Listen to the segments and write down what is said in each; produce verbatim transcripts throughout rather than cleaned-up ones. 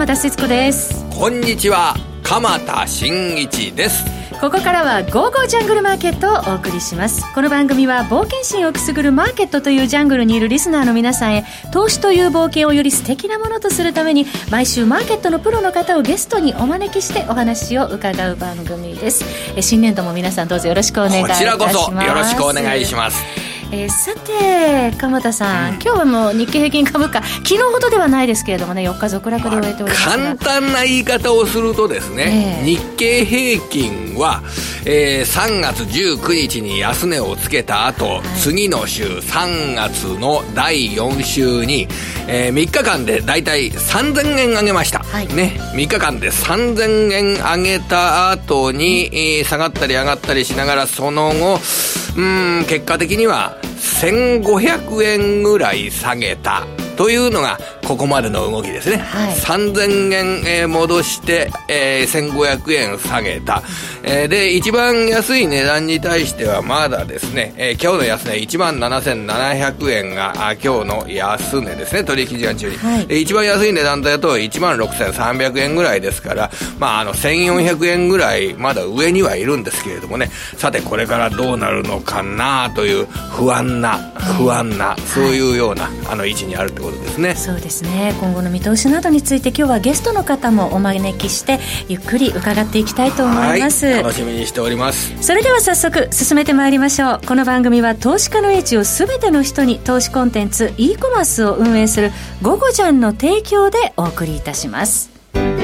鎌田節子です。 こんにちは、鎌田新一です。 ここからはゴーゴージャングルマーケットをお送りします。この番組は冒険心をくすぐるマーケットというジャングルにいるリスナーの皆さんへ、投資という冒険をより素敵なものとするために、毎週マーケットのプロの方をゲストにお招きしてお話を伺う番組です。え新年度も皆さんどうぞよろしくお願いいたします。 こちらこそよろしくお願いします。 えー、さて鎌田さん、うん、今日はもう日経平均株価昨日ほどではないですけれどもね、よっか続落で終えておりますが、 簡単な言い方をするとですね、えー、日経平均は、えー、さんがつじゅうくにちに安値をつけた後、はい、次の週さんがつのだいよん週に、えー、みっかかんでだいたいさんぜんえん上げました、はいね、みっかかんでさんぜんえん上げた後に、えー、下がったり上がったりしながら、その後うーん結果的にはせんごひゃくえんぐらい下げたというのがここまでの動きですね、はい、さんぜんえん、えー、戻して、えー、せんごひゃくえん下げた、えー、で一番安い値段に対してはまだですね、えー、今日の安値 いちまんななせんななひゃくえんがあ今日の安値ですね、取引時間中に、はい、で一番安い値段だと いちまんろくせんさんびゃくえんぐらいですから、まあ、あのせんよんひゃくえんぐらいまだ上にはいるんですけれどもね、さてこれからどうなるのかなという不安な不安な、はい、そういうようなあの位置にあるってことですね。 そうですね。今後の見通しなどについて今日はゲストの方もお招きしてゆっくり伺っていきたいと思います。 はい、楽しみにしております。 それでは早速進めてまいりましょう。この番組は投資家の英知をすべての人に、投資コンテンツ e コマースを運営するゴゴジャンの提供でお送りいたします。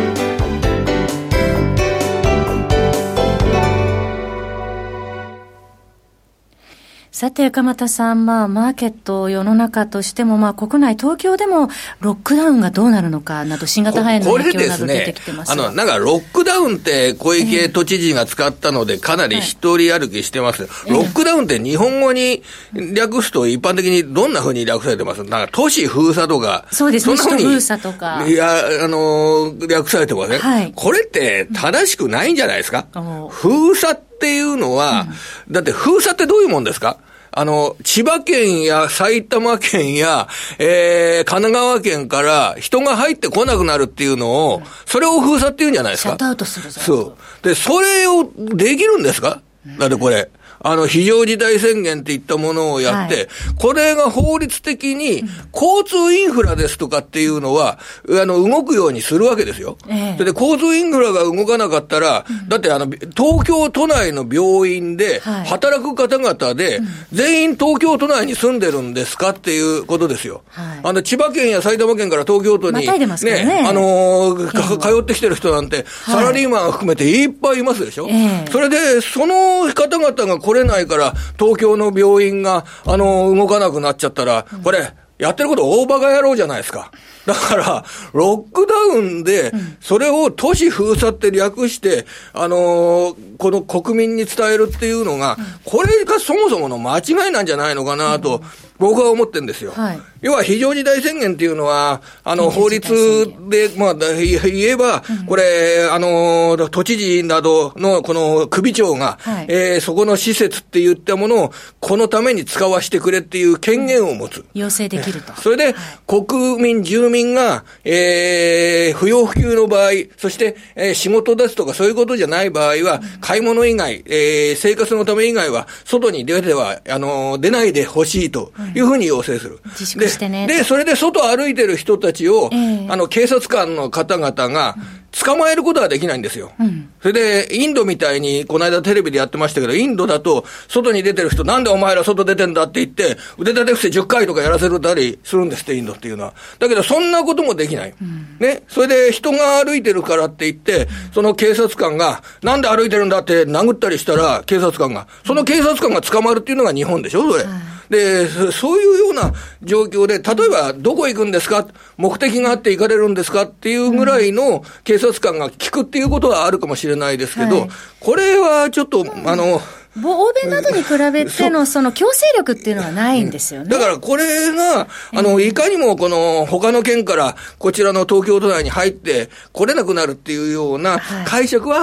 さて鎌田さん、まあ、マーケット世の中としても、まあ、国内東京でもロックダウンがどうなるのかなど、新型肺炎の影響など出てきてます。 これですね、あのなんかロックダウンって小池都知事が使ったのでかなり一人歩きしてます、はい、ロックダウンって日本語に略すと一般的にどんな風に略されてます？なんか都市封鎖とか、 そうですね、首都封鎖とか、 いや、あのー、略されてますね、はい、これって正しくないんじゃないですか、うん、封鎖っていうのは、うん、だって封鎖ってどういうもんですか？あの、千葉県や埼玉県や、えー、神奈川県から人が入ってこなくなるっていうのを、それを封鎖っていうんじゃないですか。 シャットアウトするぞ。 そう。で、それをできるんですか？だってこれ。あの、非常事態宣言っていったものをやって、はい、これが法律的に交通インフラですとかっていうのは、あの、動くようにするわけですよ。ええ、で、交通インフラが動かなかったら、うん、だってあの、東京都内の病院で働く方々で、はい、全員東京都内に住んでるんですかっていうことですよ。はい、あの、千葉県や埼玉県から東京都に、 ね、ね、 あのー、通ってきてる人なんて、サラリーマン含めていっぱいいますでしょ。ええ、それで、その方々が来れないから東京の病院があの動かなくなっちゃったら、これやってること大バカ野郎じゃないですか。だからロックダウンでそれを都市封鎖って略してあのー、この国民に伝えるっていうのが、これがそもそもの間違いなんじゃないのかなと僕は思ってるんですよ。はい、要は非常事態宣言っていうのはあの法律でまあ言えば、これあの都知事などのこの首長が、はい、えー、そこの施設って言ったものをこのために使わせてくれっていう権限を持つ。 要請できると。 それで、はい、国民住民が、えー、不要不急の場合、そして、えー、仕事ですとかそういうことじゃない場合は、うん、買い物以外、えー、生活のため以外は外に出てはあの出ないでほしいというふうに要請する。 自粛してね。 で、でそれで外歩いてる人たちを、えー、あの警察官の方々が捕まえることはできないんですよ。うん、それでインドみたいにこの間テレビでやってましたけど、インドだと外に出てる人、なんでお前ら外出てんだって言って腕立て伏せじゅっかいとかやらせたりするんですって、インドっていうのは。だけどそんなこともできない、うん、ね。それで人が歩いてるからって言ってその警察官がなんで歩いてるんだって殴ったりしたら、警察官がその警察官が捕まるっていうのが日本でしょ、それ。うん、で、そういうような状況で、例えばどこ行くんですか、目的があって行かれるんですかっていうぐらいの警察官が聞くっていうことはあるかもしれないですけど、はい、これはちょっと、あの、 欧米などに比べてのその強制力っていうのはないんですよね。 だからこれが、あの、いかにもこの他の県からこちらの東京都内に入って来れなくなるっていうような解釈は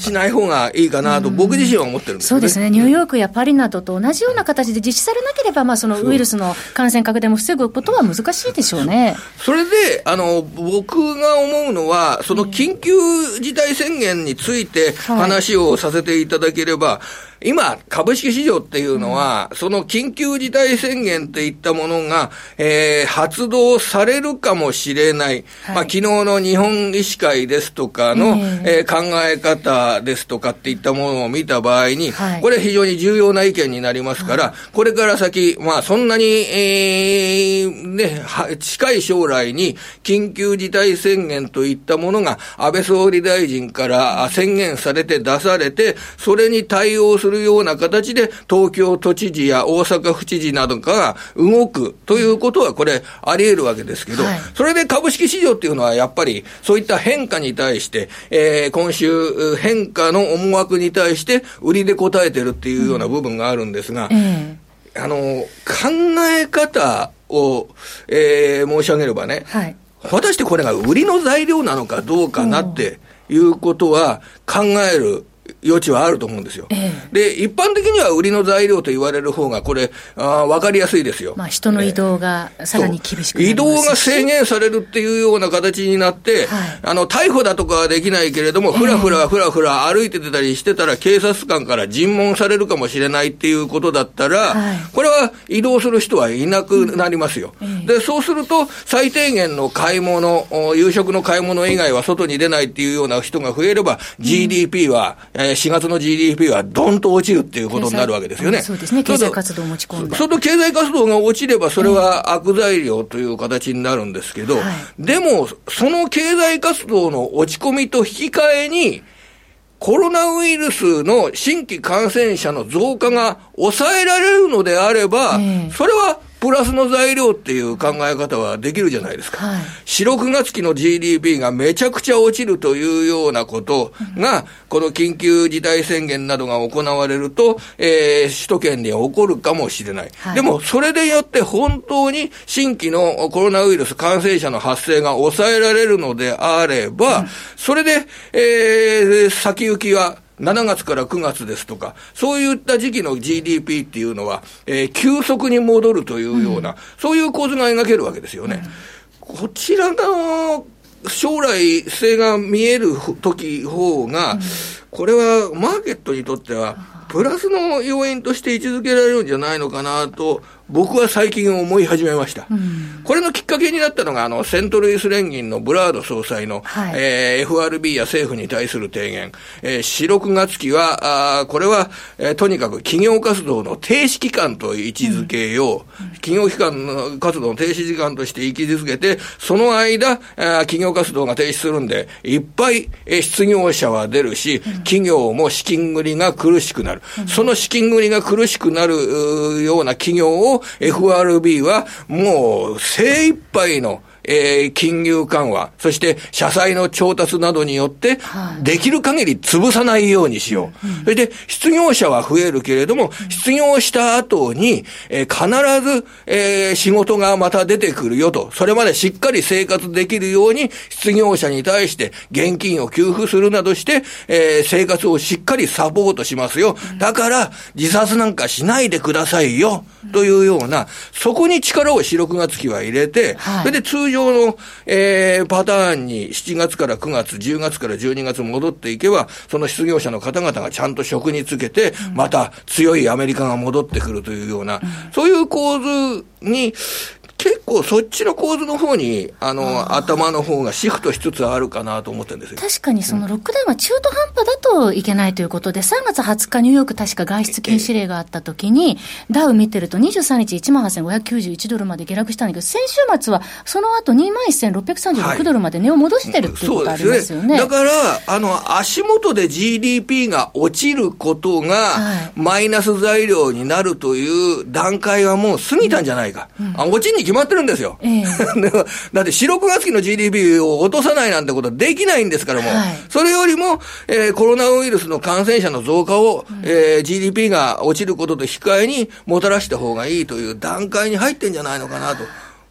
しない方がいいかなと僕自身は思ってるんですよね。 そうですね。ニューヨークやパリなどと同じような形で実施されなければ、まあ、そのウイルスの感染拡大も防ぐことは難しいでしょうね。 それで、あの、僕が思うのは、その緊急事態宣言について話をさせていただければ、はい、今、株式市場っていうのは、うん、その緊急事態宣言っていったものが、えー、発動されるかもしれない。はい、まあ、昨日の日本医師会ですとかの、えーえー、考え方ですとかっていったものを見た場合に、はい、これ非常に重要な意見になりますから、はい、これから先、まあ、そんなに、えー、ね、近い将来に緊急事態宣言といったものが安倍総理大臣から宣言されて出されて、それに対応するような形で東京都知事や大阪府知事などが動くということはこれあり得るわけですけど、はい、それで株式市場っていうのはやっぱりそういった変化に対して、えー、今週変化の思惑に対して売りで応えてるっていうような部分があるんですが、うん、あの考え方を、えー、申し上げればね、はい、果たしてこれが売りの材料なのかどうかなっていうことは考える余地はあると思うんですよ。ええ、で、一般的には売りの材料と言われる方が、これ、あ分かりやすいですよ。 まあ、人の移動がさらに厳しくなりますし、 移動が制限されるっていうような形になって、はい、あの、逮捕だとかはできないけれども、ふらふらふらふら歩いてたりしてたら、警察官から尋問されるかもしれないっていうことだったら、はい、これは移動する人はいなくなりますよ。うん、で、そうすると、最低限の買い物、夕食の買い物以外は外に出ないっていうような人が増えれば、うん、ジーディーピー は、しがつの ジーディーピー はドンと落ちるっていうことになるわけですよね。 そうですね。経済活動を持ち込んで。 その経済活動が落ちればそれは悪材料という形になるんですけど、えーはい、でもその経済活動の落ち込みと引き換えにコロナウイルスの新規感染者の増加が抑えられるのであれば、えー、それはプラスの材料っていう考え方はできるじゃないですか。はい、よん、ろくがつ期の ジーディーピー がめちゃくちゃ落ちるというようなことが、うん、この緊急事態宣言などが行われると、えー、首都圏で起こるかもしれない。はい、でも、それでよって本当に新規のコロナウイルス感染者の発生が抑えられるのであれば、うん、それで、えー、先行きは、しちがつからくがつですとか、そういった時期の ジーディーピー っていうのは、えー、急速に戻るというような、うん、そういう構図が描けるわけですよね。うん、こちらの将来性が見える時方が、うん、これはマーケットにとってはプラスの要因として位置づけられるんじゃないのかなと僕は最近思い始めました。うん、これのきっかけになったのがあのセントルイス連銀のブラード総裁の、はい、えー、エフアールビー や政府に対する提言、えー、よん、ろくがつ期はあこれは、えー、とにかく企業活動の停止期間と位置づけよう、うん、企業機関の活動の停止時間として位置づけてその間企業活動が停止するんでいっぱい、えー、失業者は出るし、うん、企業も資金繰りが苦しくなる、うん、その資金繰りが苦しくなるような企業をエフアールビー はもう精一杯のえー、金融緩和、そして社債の調達などによって、できる限り潰さないようにしよう。うん、それで、失業者は増えるけれども、うん、失業した後に、えー、必ず、えー、仕事がまた出てくるよと、それまでしっかり生活できるように、失業者に対して現金を給付するなどして、えー、生活をしっかりサポートしますよ。だから、自殺なんかしないでくださいよ。というような、そこに力をよん、ろくがつ期は入れて、はい、それで通常の、えー、パターンにしちがつからくがつ、じゅうがつからじゅうにがつ戻っていけば、その失業者の方々がちゃんと職につけて、うん、また強いアメリカが戻ってくるというような、うん、そういう構図に、結構そっちの構図の方にあのあ頭の方がシフトしつつあるかなと思ってるんですよ。 確かにそのロックダウンは中途半端だといけないということで、さんがつはつかニューヨーク確か外出禁止令があった時に、ダウ見てるとにじゅうさんにちいちまんはっせんごひゃくきゅうじゅういちドルまで下落したんだけど、先週末はその後 にまんせんろっぴゃくさんじゅうろくドルまで値を戻してるっていうことありますよね。 はい、だからあの足元で ジーディーピー が落ちることがマイナス材料になるという段階はもう過ぎたんじゃないか。うんうん、あ落ちに決まってるんですよ。えーだってよん、ろくがつ期の ジーディーピー を落とさないなんてことはできないんですからもう、はい、それよりも、えー、コロナウイルスの感染者の増加を、うんえー、ジーディーピー が落ちることと引き換えにもたらした方がいいという段階に入ってんじゃないのかなと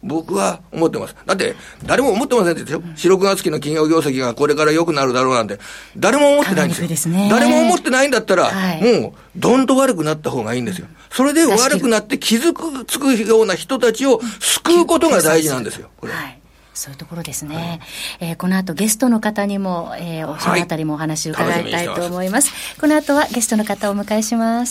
僕は思ってます。だって誰も思ってませんでしょ、うん、ろくがつ期の企業業績がこれから良くなるだろうなんて誰も思ってないんですよ。ですね、誰も思ってないんだったら、はい、もうどんと悪くなった方がいいんですよ。それで悪くなって気づくつくような人たちを救うことが大事なんですよ、これ。はい、 そういうところですね。はい、えー、この後ゲストの方にも、えー、そのあたりもお話を伺いたいと思います。はい、この後はゲストの方をお迎えします。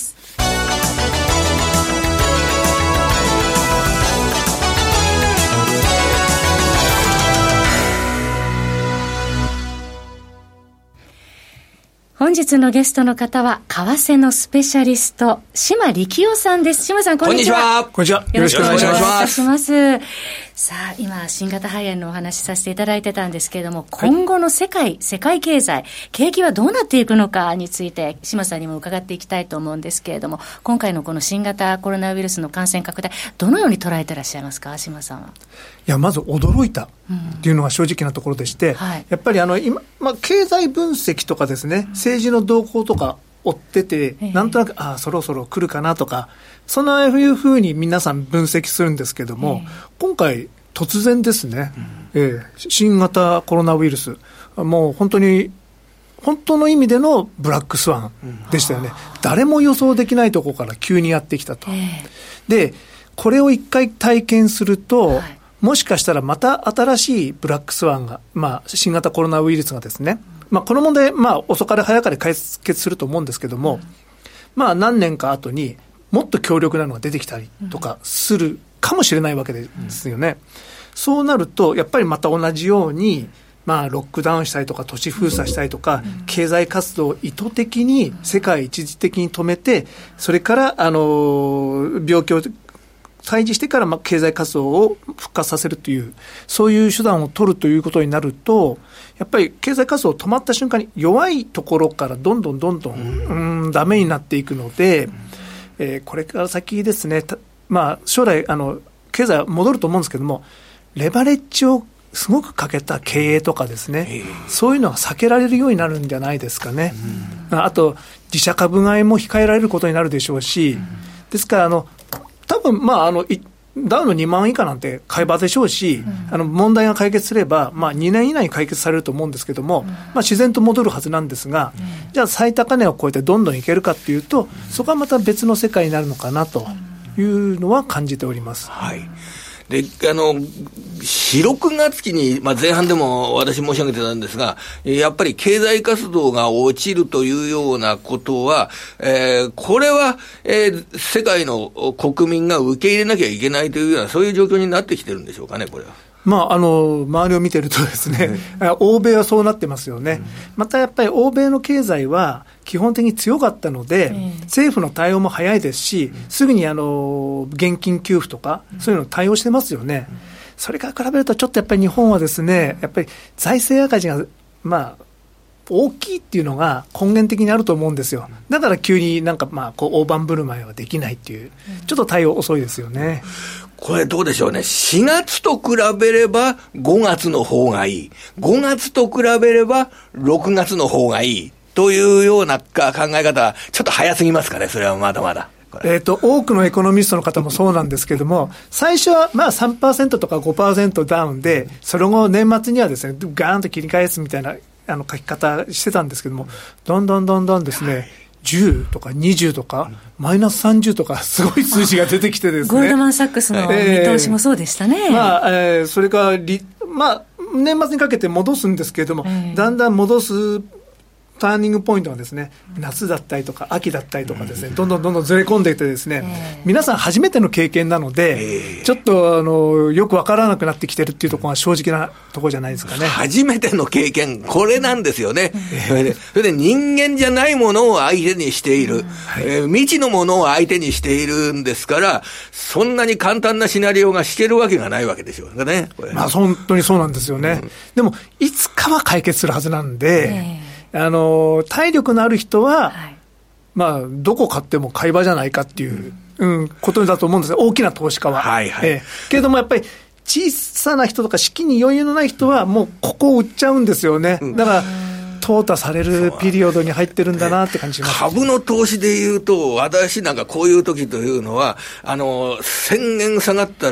本日のゲストの方は為替のスペシャリスト島力夫さんです。島さん、こんにちは。 こんにちは。よろしくお願いします。 します。さあ、今新型肺炎のお話しさせていただいてたんですけれども、今後の世界、はい、世界経済景気はどうなっていくのかについて島さんにも伺っていきたいと思うんですけれども、今回のこの新型コロナウイルスの感染拡大、どのように捉えてらっしゃいますか、島さんは。 いや、まず驚いたっていうのが正直なところでして、うん、はい、やっぱりあの今、まあ、経済分析とかですね、政治の動向とか追ってて、えー、なんとなくああそろそろ来るかなとか、そんないうふうに皆さん分析するんですけども、えー、今回突然ですね、うん、えー、新型コロナウイルス、もう本当に本当の意味でのブラックスワンでしたよね、うん、誰も予想できないところから急にやってきたと、えー、でこれを一回体験すると、はい、もしかしたらまた新しいブラックスワンが、まあ、新型コロナウイルスがですね、まあ、この問題、まあ、遅かれ早かれ解決すると思うんですけども、うん、まあ、何年か後にもっと強力なのが出てきたりとかするかもしれないわけですよね、うん、そうなるとやっぱりまた同じように、まあ、ロックダウンしたりとか都市封鎖したりとか、うん、経済活動を意図的に世界一時的に止めて、それからあの病気を退治してからまあ経済活動を復活させるという、そういう手段を取るということになると、やっぱり経済活動止まった瞬間に弱いところからどんどんどんどん、うん、ダメになっていくので、えー、これから先ですね、まあ、将来あの経済は戻ると思うんですけども、レバレッジをすごくかけた経営とかですね、そういうのは避けられるようになるんじゃないですかね。あと自社株買いも控えられることになるでしょうし、ですからあの多分、まあ、あのダウのにまん以下なんて買い場でしょうし、うん、あの問題が解決すれば、まあ、にねん以内に解決されると思うんですけども、うん、まあ、自然と戻るはずなんですが、うん、じゃあ最高値を超えてどんどんいけるかっていうと、うん、そこはまた別の世界になるのかなというのは感じております、うん、 はい。で、あの、ろくがつ期に、まあ、前半でも私申し上げてたんですが、やっぱり経済活動が落ちるというようなことは、えー、これは、えー、世界の国民が受け入れなきゃいけないというような、そういう状況になってきてるんでしょうかね、これは。 まあ、あの周りを見てるとですね、うん、欧米はそうなってますよね、うん、またやっぱり欧米の経済は基本的に強かったので、うん、政府の対応も早いですし、うん、すぐにあの現金給付とか、うん、そういうのを対応してますよね、うん、それから比べるとちょっとやっぱり日本はですね、やっぱり財政赤字がまあ大きいっていうのが根源的にあると思うんですよ。だから急になんかまあこう大盤振る舞いはできないっていう、ちょっと対応遅いですよね。 これどうでしょうね。しがつと比べればごがつの方がいい。ごがつと比べればろくがつの方がいい。というような考え方はちょっと早すぎますかね。それはまだまだ。 えーと、多くのエコノミストの方もそうなんですけども、最初はまあ さんパーセント とか ごパーセント ダウンで、その後年末にはですね、ガーンと切り返すみたいなあの書き方してたんですけども、どんどんどんどんですね、じゅうとかにじゅうとかマイナスさんじゅうとかすごい数字が出てきてですね、 ゴールドマンサックスの見通しもそうでしたね、 えーまあえー、それからリ、まあ、年末にかけて戻すんですけれども、えー、だんだん戻すターニングポイントがですね、夏だったりとか秋だったりとかですね、どんどんどんどんずれ込んでいてですね、えー、皆さん初めての経験なので、えー、ちょっとあのよくわからなくなってきてるっていうところが正直なところじゃないですかね。 初めての経験、これなんですよね、えー、それで、それで人間じゃないものを相手にしている、うんはいえー、未知のものを相手にしているんですから、そんなに簡単なシナリオがしてるわけがないわけでしょうね、これ。 まあ本当にそうなんですよね、うん、でもいつかは解決するはずなんで、えーあの体力のある人は、はい、まあ、どこ買っても買い場じゃないかっていう、うんうん、ことだと思うんですよ、大きな投資家は、 はいはいえー、けれどもやっぱり小さな人とか資金に余裕のない人はもうここを売っちゃうんですよね、うん、だから淘汰されるピリオドに入ってるんだなって感じします、ね、 株の投資でいうと、私なんかこういう時というのは、あのせんえん下がったら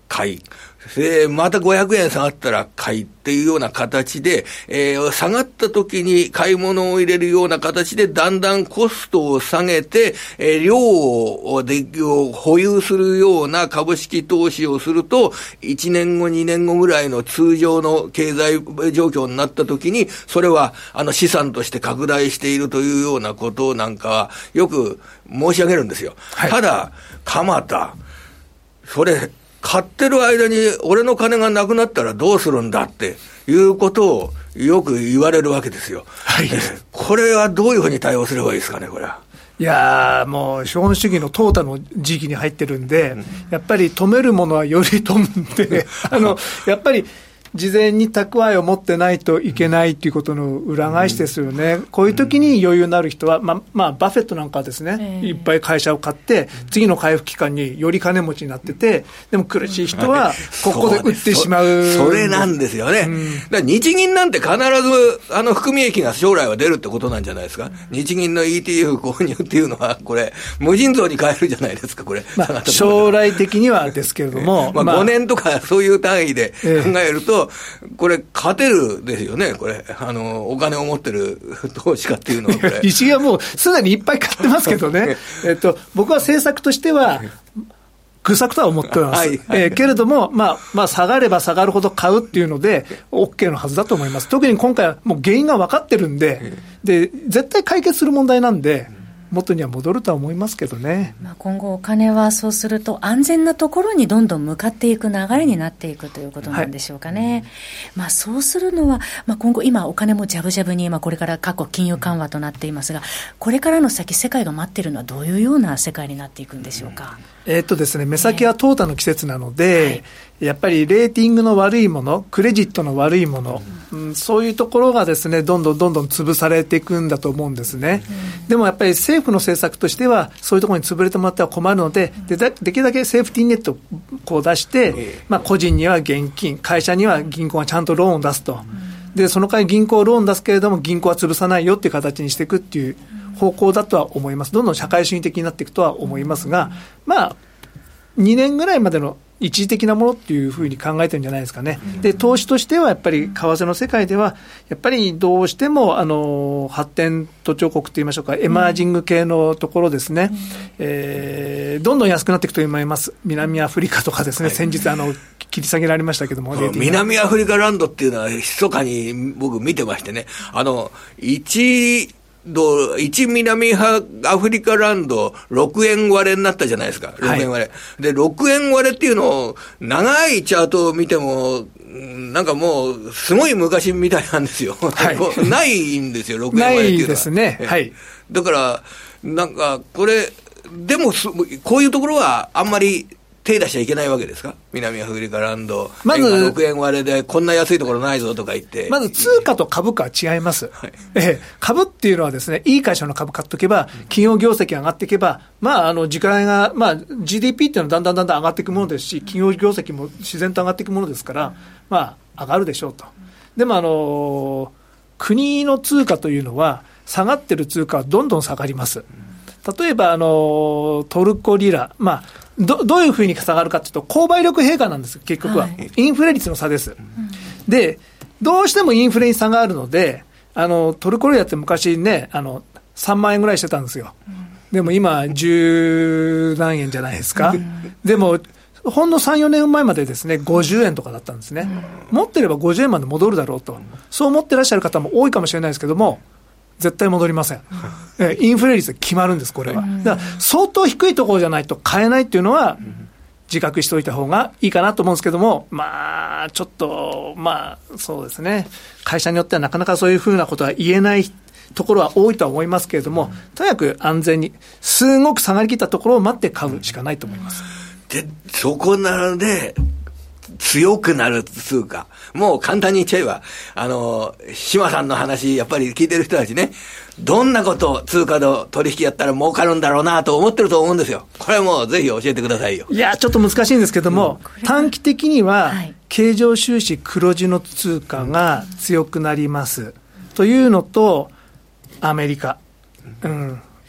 買い。で、またごひゃくえん下がったら買いっていうような形で、えー、下がった時に買い物を入れるような形で、だんだんコストを下げて、えー、量をでを保有するような株式投資をすると、いちねんご、にねんごぐらいの通常の経済状況になった時に、それは、あの、資産として拡大しているというようなことなんかは、よく申し上げるんですよ。はい、ただ、蒲田、それ、買ってる間に俺の金がなくなったらどうするんだっていうことをよく言われるわけですよ。はい。これはどういうふうに対応すればいいですかね、これは。 いやー、もう資本主義の淘汰の時期に入ってるんで、うん、やっぱり止めるものはより止むんで、あの、やっぱり、事前に蓄えを持ってないといけないということの裏返しですよね。うん、こういう時に余裕のある人は、まあ、まあ、バフェットなんかはですね、えー、いっぱい会社を買って、次の回復期間により金持ちになってて、でも苦しい人は、ここで売ってしまう。 そ, それなんですよね。うん、だから日銀なんて必ず、あの、含み益が将来は出るってことなんじゃないですか。日銀の イーティーエフ 購入っていうのは、これ、無尽蔵に買えるじゃないですか、これ。 まあ、将来的にはですけれども。 まあ、ごねんとかそういう単位で考えると、えーこれ、勝てるですよね、これ、あのお金を持ってる投資家っていうのは、これ日銀はもうすでにいっぱい買ってますけどね、えっと、僕は政策としては、愚策とは思っております、はいはいえー、けれども、まあまあ、下がれば下がるほど買うっていうので、OK のはずだと思います。特に今回はもう原因が分かってるんで、で絶対解決する問題なんで。元には戻るとは思いますけどね、 まあ、今後お金はそうすると安全なところにどんどん向かっていく流れになっていくということなんでしょうかね、はいまあ、そうするのは、まあ、今後今お金もジャブジャブに今これから過去金融緩和となっていますが、これからの先世界が待っているのはどういうような世界になっていくんでしょうか。 えーっとですね、目先は淘汰の季節なので、はいやっぱりレーティングの悪いもの、クレジットの悪いもの、うん、そういうところがですね、どんどんどんどん潰されていくんだと思うんですね。うん、でもやっぱり政府の政策としては、そういうところに潰れてもらっては困るので、で, できるだけセーフティーネットをこう出して、まあ、個人には現金、会社には銀行がちゃんとローンを出すと。で、その代わり銀行ローン出すけれども、銀行は潰さないよっていう形にしていくっていう方向だとは思います。どんどん社会主義的になっていくとは思いますが、まあ、にねんぐらいまでの一時的なものっていうふうに考えてるんじゃないですかね。で、投資としてはやっぱり為替の世界ではやっぱりどうしてもあの発展途上国といいましょうか、エマージング系のところですね、うんえー、どんどん安くなっていくと思います。南アフリカとかですね、はい、先日あの切り下げられましたけども、 南アフリカランドっていうのは密かに僕見てましてね、あのいちいち南アフリカランドろくえん割れになったじゃないですか。ろくえん割れ、はい、でろくえん割れっていうのを長いチャートを見てもなんかもうすごい昔みたいなんですよ、はい、ないんですよろくえん割れっていうのは。 ないですね、はい、 だからなんかこれでもこういうところはあんまり手出しちゃいけないわけですか。南アフリカランド、まずろくえん割れでこんな安いところないぞとか言って、 まず通貨と株価は違います、はいえー、株っていうのはですね、いい会社の株買っとけば企業業績が上がっていけば、まあ、あの時間が、まあ、ジーディーピー っていうのはだんだんだんだん上がっていくものですし、企業業績も自然と上がっていくものですから、まあ、上がるでしょうと。でもあの国の通貨というのは下がってる通貨はどんどん下がります。例えばあのトルコリラ、まあ、ど, どういうふうに下がるかというと購買力陛下なんです結局は、はい、インフレ率の差です、うん、でどうしてもインフレに差があるのであのトルコリラって昔ねあのさんまんえんぐらいしてたんですよ、うん、でも今十何円じゃないですか、うん、でもほんの さん,よ 年前までですねごじゅうえんとかだったんですね、うん、持ってればごじゅうえんまで戻るだろうと、そう思ってらっしゃる方も多いかもしれないですけども絶対戻りません、うん、インフレ率で決まるんですこれは、うん、だから相当低いところじゃないと買えないっていうのは自覚しておいた方がいいかなと思うんですけども、まあちょっとまあそうですね、会社によってはなかなかそういうふうなことは言えないところは多いとは思いますけれども、とにかく安全にすごく下がりきったところを待って買うしかないと思います。 でそこなので強くなる通貨、もう簡単に言っちゃえばあの島さんの話やっぱり聞いてる人たちね、どんなこと通貨の取引やったら儲かるんだろうなと思ってると思うんですよ。これはもうぜひ教えてくださいよ。 いやちょっと難しいんですけども、うん、短期的には経常収支黒字の通貨が強くなります、うん、というのとアメリカ、うん、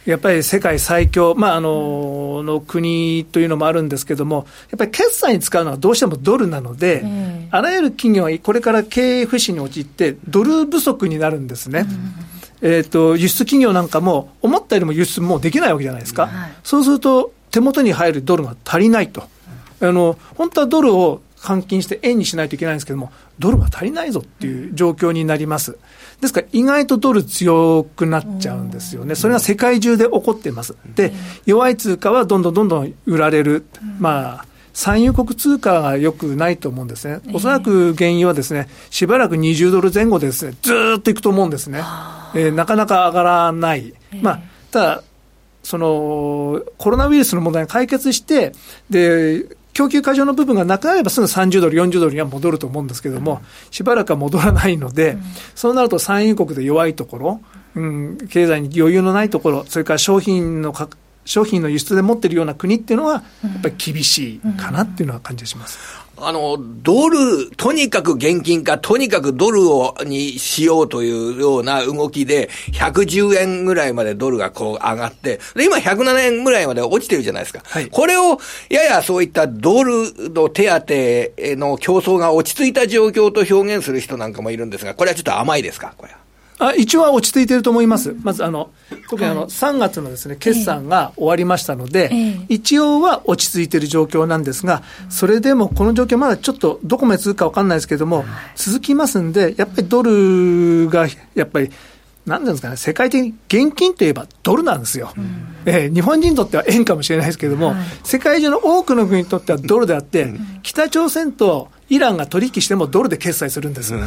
やっぱり世界最強、まあ、あのの国というのもあるんですけども、やっぱり決済に使うのはどうしてもドルなので、うん、あらゆる企業はこれから経営不振に陥ってドル不足になるんですね、うん、えーと、輸出企業なんかも思ったよりも輸出もうできないわけじゃないですか、うん、はい、そうすると手元に入るドルが足りないと、あの本当はドルを換金して円にしないといけないんですけども、ドルが足りないぞっていう状況になります。ですから意外とドル強くなっちゃうんですよね。それが世界中で起こっています。で、弱い通貨はどんどんどんどん売られる。まあ産油国通貨が良くないと思うんですね。おそらく原油はですね、しばらくにじゅうドル前後でですね、ずーっといくと思うんですね。えー、なかなか上がらない。まあただそのコロナウイルスの問題が解決して、で供給過剰の部分がなくなればすぐさんじゅうドル、よんじゅうドルには戻ると思うんですけども、しばらくは戻らないので、うん、そうなると産油国で弱いところ、うん、経済に余裕のないところ、それから商品のか商品の輸出で持っているような国っていうのはやっぱり厳しいかなっていうのは感じがします。 あの、ドル、とにかく現金化、とにかくドルをにしようというような動きで、ひゃくじゅうえんぐらいまでドルがこう上がって、で今ひゃくななえんぐらいまで落ちてるじゃないですか。はい、これを、ややそういったドルの手当の競争が落ち着いた状況と表現する人なんかもいるんですが、これはちょっと甘いですか、これは。 あ、一応は落ち着いていると思います。まずあの特にあのさんがつのですね、決算が終わりましたので、えー、一応は落ち着いている状況なんですが、それでもこの状況まだちょっとどこまで続くか分かんないですけれども、続きますんで、やっぱりドルがやっぱりなんですかね、世界的に現金といえばドルなんですよ、うん、えー、日本人にとっては円かもしれないですけれども、はい、世界中の多くの国にとってはドルであって、うん、北朝鮮とイランが取引してもドルで決済するんです、うん、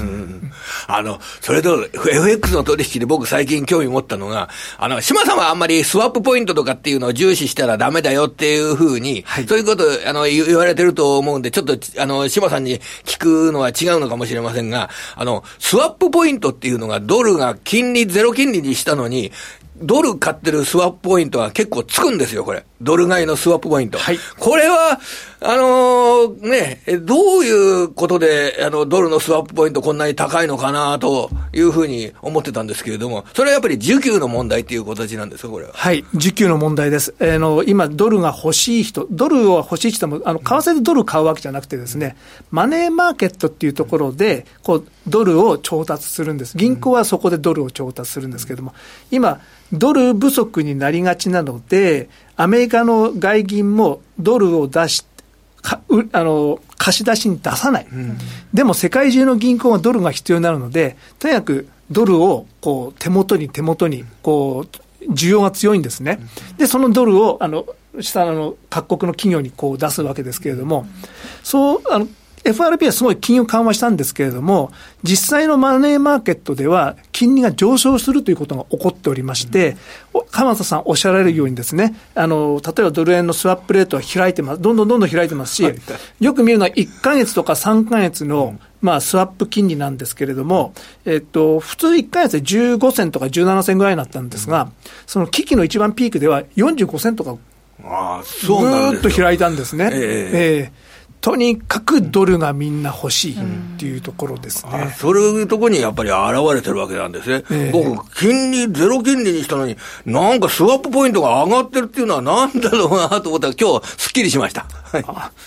あのそれと エフエックス の取引で僕最近興味持ったのが、あの島さんはあんまりスワップポイントとかっていうのを重視したらダメだよっていうふうに、はい、そういうことあの言われてると思うんで、ちょっとあの島さんに聞くのは違うのかもしれませんが、あのスワップポイントっていうのがドルが金利ゼロ金利にしたのにドル買ってるスワップポイントは結構つくんですよ、これ。ドル買いのスワップポイント。はい。これは、あのー、ね、どういうことで、あの、ドルのスワップポイントこんなに高いのかなというふうに思ってたんですけれども、それはやっぱり需給の問題っていう形なんですか、これは。 はい。需給の問題です。あの、今、ドルが欲しい人、ドルを欲しい人も、あの、為替でドル買うわけじゃなくてですね、マネーマーケットっていうところで、こう、ドルを調達するんです。銀行はそこでドルを調達するんですけれども、今、ドル不足になりがちなので、アメリカの外銀もドルを出し、かあの貸し出しに出さない、うん、でも世界中の銀行はドルが必要になるので、とにかくドルをこう手元に手元にこう需要が強いんですね。でそのドルをあの下の各国の企業にこう出すわけですけれども、そうあのエフアールピー はすごい金融緩和したんですけれども、実際のマネーマーケットでは金利が上昇するということが起こっておりまして、うん、鎌田さんおっしゃられるようにですね、あの例えばドル円のスワップレートは開いてます、どんどんどんどん開いてますし、はい、よく見るのはいっかげつとかさんかげつの、うんまあ、スワップ金利なんですけれども、えっと、普通いっかげつでじゅうごせんとかじゅうななせんぐらいになったんですが、うん、その危機の一番ピークではよんじゅうごせんとかあそうなんですぐーっと開いたんですね。 えーえーとにかくドルがみんな欲しいっていうところですね。 うん、そういうところにやっぱり現れてるわけなんですね。えー、僕、金利、ゼロ金利にしたのに、なんかスワップポイントが上がってるっていうのはなんだろうなと思ったら、今日、すっきりしました。はい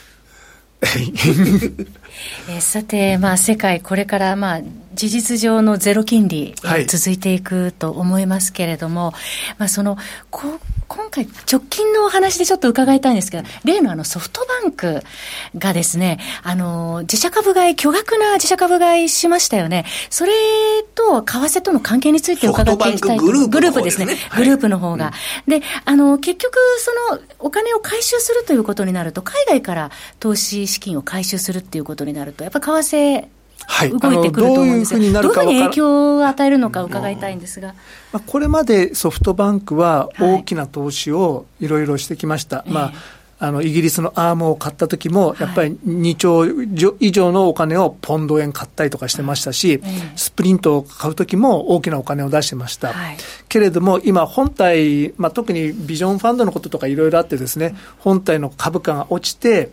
えー、さて、まあ、世界これから、まあ、事実上のゼロ金利、はい、続いていくと思いますけれども、まあ、そのこ今回直近のお話でちょっと伺いたいんですけど、例のあのソフトバンクがですね、あの自社株買い、巨額な自社株買いしましたよね。それと為替との関係について伺っていきたいと。 グループの方ですね。 グループですね。グループの方が、はい、で、あの結局そのお金を回収するということになると、海外から投資資金を回収するっていうことになると、やっぱり為替はい、動いてくると思うんですが、どういうふうに影響を与えるのか伺いたいんですが、 まあ、これまでソフトバンクは大きな投資をいろいろしてきました、はいまあ、あのイギリスのアームを買った時もやっぱりにちょう以上のお金をポンド円買ったりとかしてましたし、はい、スプリントを買う時も大きなお金を出してました、はい、けれども今本体、まあ、特にビジョンファンドのこととかいろいろあってですね、本体の株価が落ちて、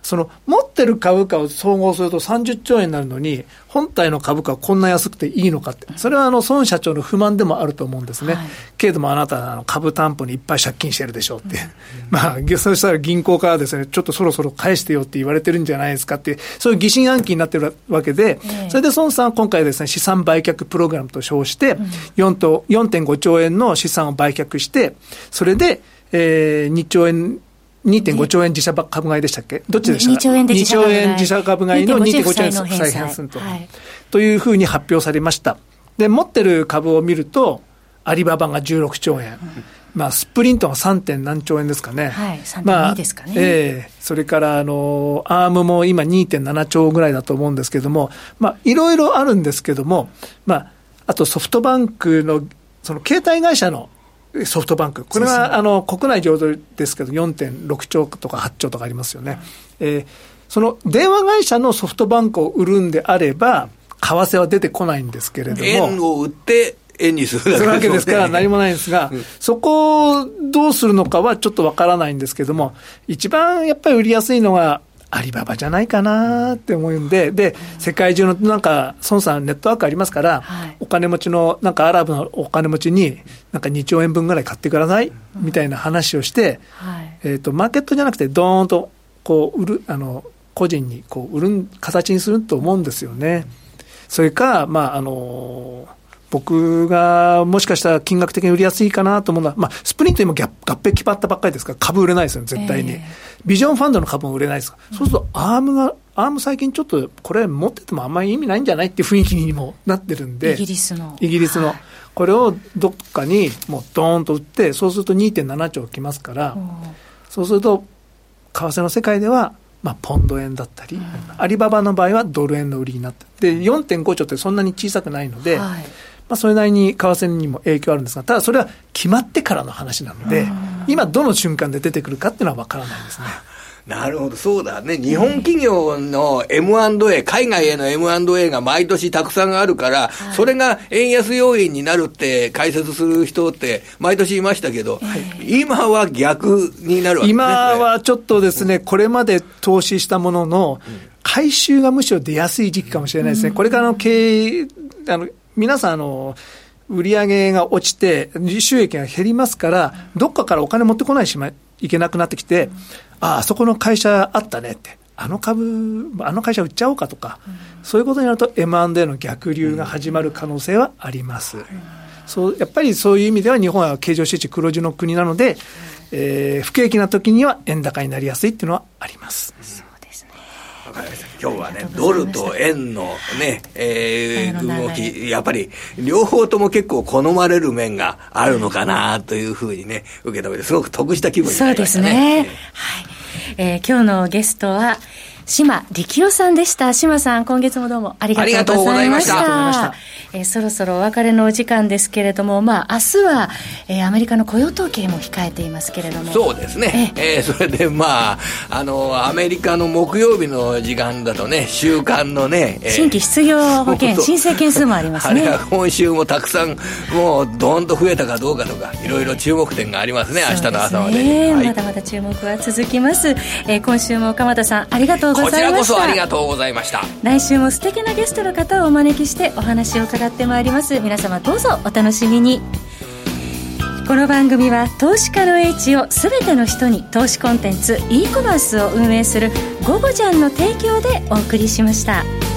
その持ってる株価を総合するとさんじゅっちょうえんになるのに、本体の株価はこんな安くていいのかって、それはあの孫社長の不満でもあると思うんですね。はい、けれどもあなたはあの株担保にいっぱい借金してるでしょうって、うん、まあそうしたら銀行からですね、ちょっとそろそろ返してよって言われてるんじゃないですかって、そういう疑心暗鬼になってるわけで、えー、それで孫さんは今回ですね、資産売却プログラムと称して、よんてんごちょうえんの資産を売却して、それで、えー、にちょうえんにてんごちょうえん自社株買いでしたっけ、どっちでしたか。 にちょうえんで自社株買い、にちょうえん自社株買いの にてんごちょうえん負債返済と、はい、というふうに発表されました。で持ってる株を見るとアリババがじゅうろくちょうえん、うん、まあ、スプリントが さん. 点何兆円ですかね、 はい、さんてんにですかね、まあえー、それからあのアームも今 にてんななちょうぐらいだと思うんですけども、まあいろいろあるんですけども、まあ、あとソフトバンクのその携帯会社のソフトバンク、これはあの国内上場ですけど よんてんろくちょうとかはっちょうとかありますよね、うん、えー、その電話会社のソフトバンクを売るんであれば為替は出てこないんですけれども、 円を売って円にするわけですから何もないんですが、うん、そこをどうするのかはちょっとわからないんですけども、一番やっぱり売りやすいのがアリババじゃないかなって思うんで、で、世界中のなんか孫さんネットワークありますから、はい、お金持ちのなんかアラブのお金持ちになんかにちょうえんぶんぐらい買ってください、うん、みたいな話をして、はい、えーとマーケットじゃなくてドーンとこう売る、あの個人にこう売る形にすると思うんですよね。それかまああのー僕がもしかしたら金額的に売りやすいかなと思うのは、まあ、スプリント今合併決まったばっかりですから株売れないですよね絶対に、えー、ビジョンファンドの株も売れないですから、うん、そうするとアームがアーム最近ちょっとこれ持っててもあんまり意味ないんじゃないっていう雰囲気にもなってるんで、 イギリスのイギリスの、はい、これをどっかにもうドーンと売って、そうすると にてんななちょうきますから、うん、そうすると為替の世界ではまあ、ポンド円だったり、うん、アリババの場合はドル円の売りになって、で よんてんごちょうってそんなに小さくないので、はい、まあ、それなりに為替にも影響あるんですが、ただそれは決まってからの話なので、今どの瞬間で出てくるかっていうのは分からないですね。 なるほど、そうだね。日本企業の エムアンドエー、海外への エムアンドエー が毎年たくさんあるから、はい、それが円安要因になるって解説する人って毎年いましたけど、はい、今は逆になるわけですね。 今はちょっとですね、これまで投資したものの回収がむしろ出やすい時期かもしれないですね。うん、これからの経営、あの、皆さんあの、売上が落ちて収益が減りますから、どっかからお金持ってこないしまいけなくなってきて、ああそこの会社あったねって、あの株あの会社売っちゃおうかとか、うん、そういうことになると エムアンドエー の逆流が始まる可能性はあります、うん、そうやっぱりそういう意味では日本は経常収支黒字の国なので、うん、えー、不景気な時には円高になりやすいっていうのはあります、うん、 そうですね。 今日はねドルと円のね、えー、動きやっぱり両方とも結構好まれる面があるのかなというふうにね受け止めてすごく得した気分になりましたね。 そうですね、はい、えー、今日のゲストは島力夫さんでした。島さん今月もどうもありがとうございました。ありがとうございました。えー、そろそろお別れのお時間ですけれども、まあ、明日は、えー、アメリカの雇用統計も控えていますけれども、 そうですね、えー、えー、それでまああのアメリカの木曜日の時間だとね週間のね、 えー、新規失業保険申請件数もありますね。 あれは今週もたくさんもうドーンと増えたかどうかとかいろいろ注目点がありますね。明日の朝までに、 はい、まだまだ注目は続きます。えー、今週も鎌田さんありがとうございました。こちらこそありがとうございました。 来週も素敵なゲストの方をお招きしてお話を伺ってまいります。皆様どうぞお楽しみに。この番組は投資家の英知をすべての人に投資コンテンツ e コマースを運営するゴゴジャンの提供でお送りしました。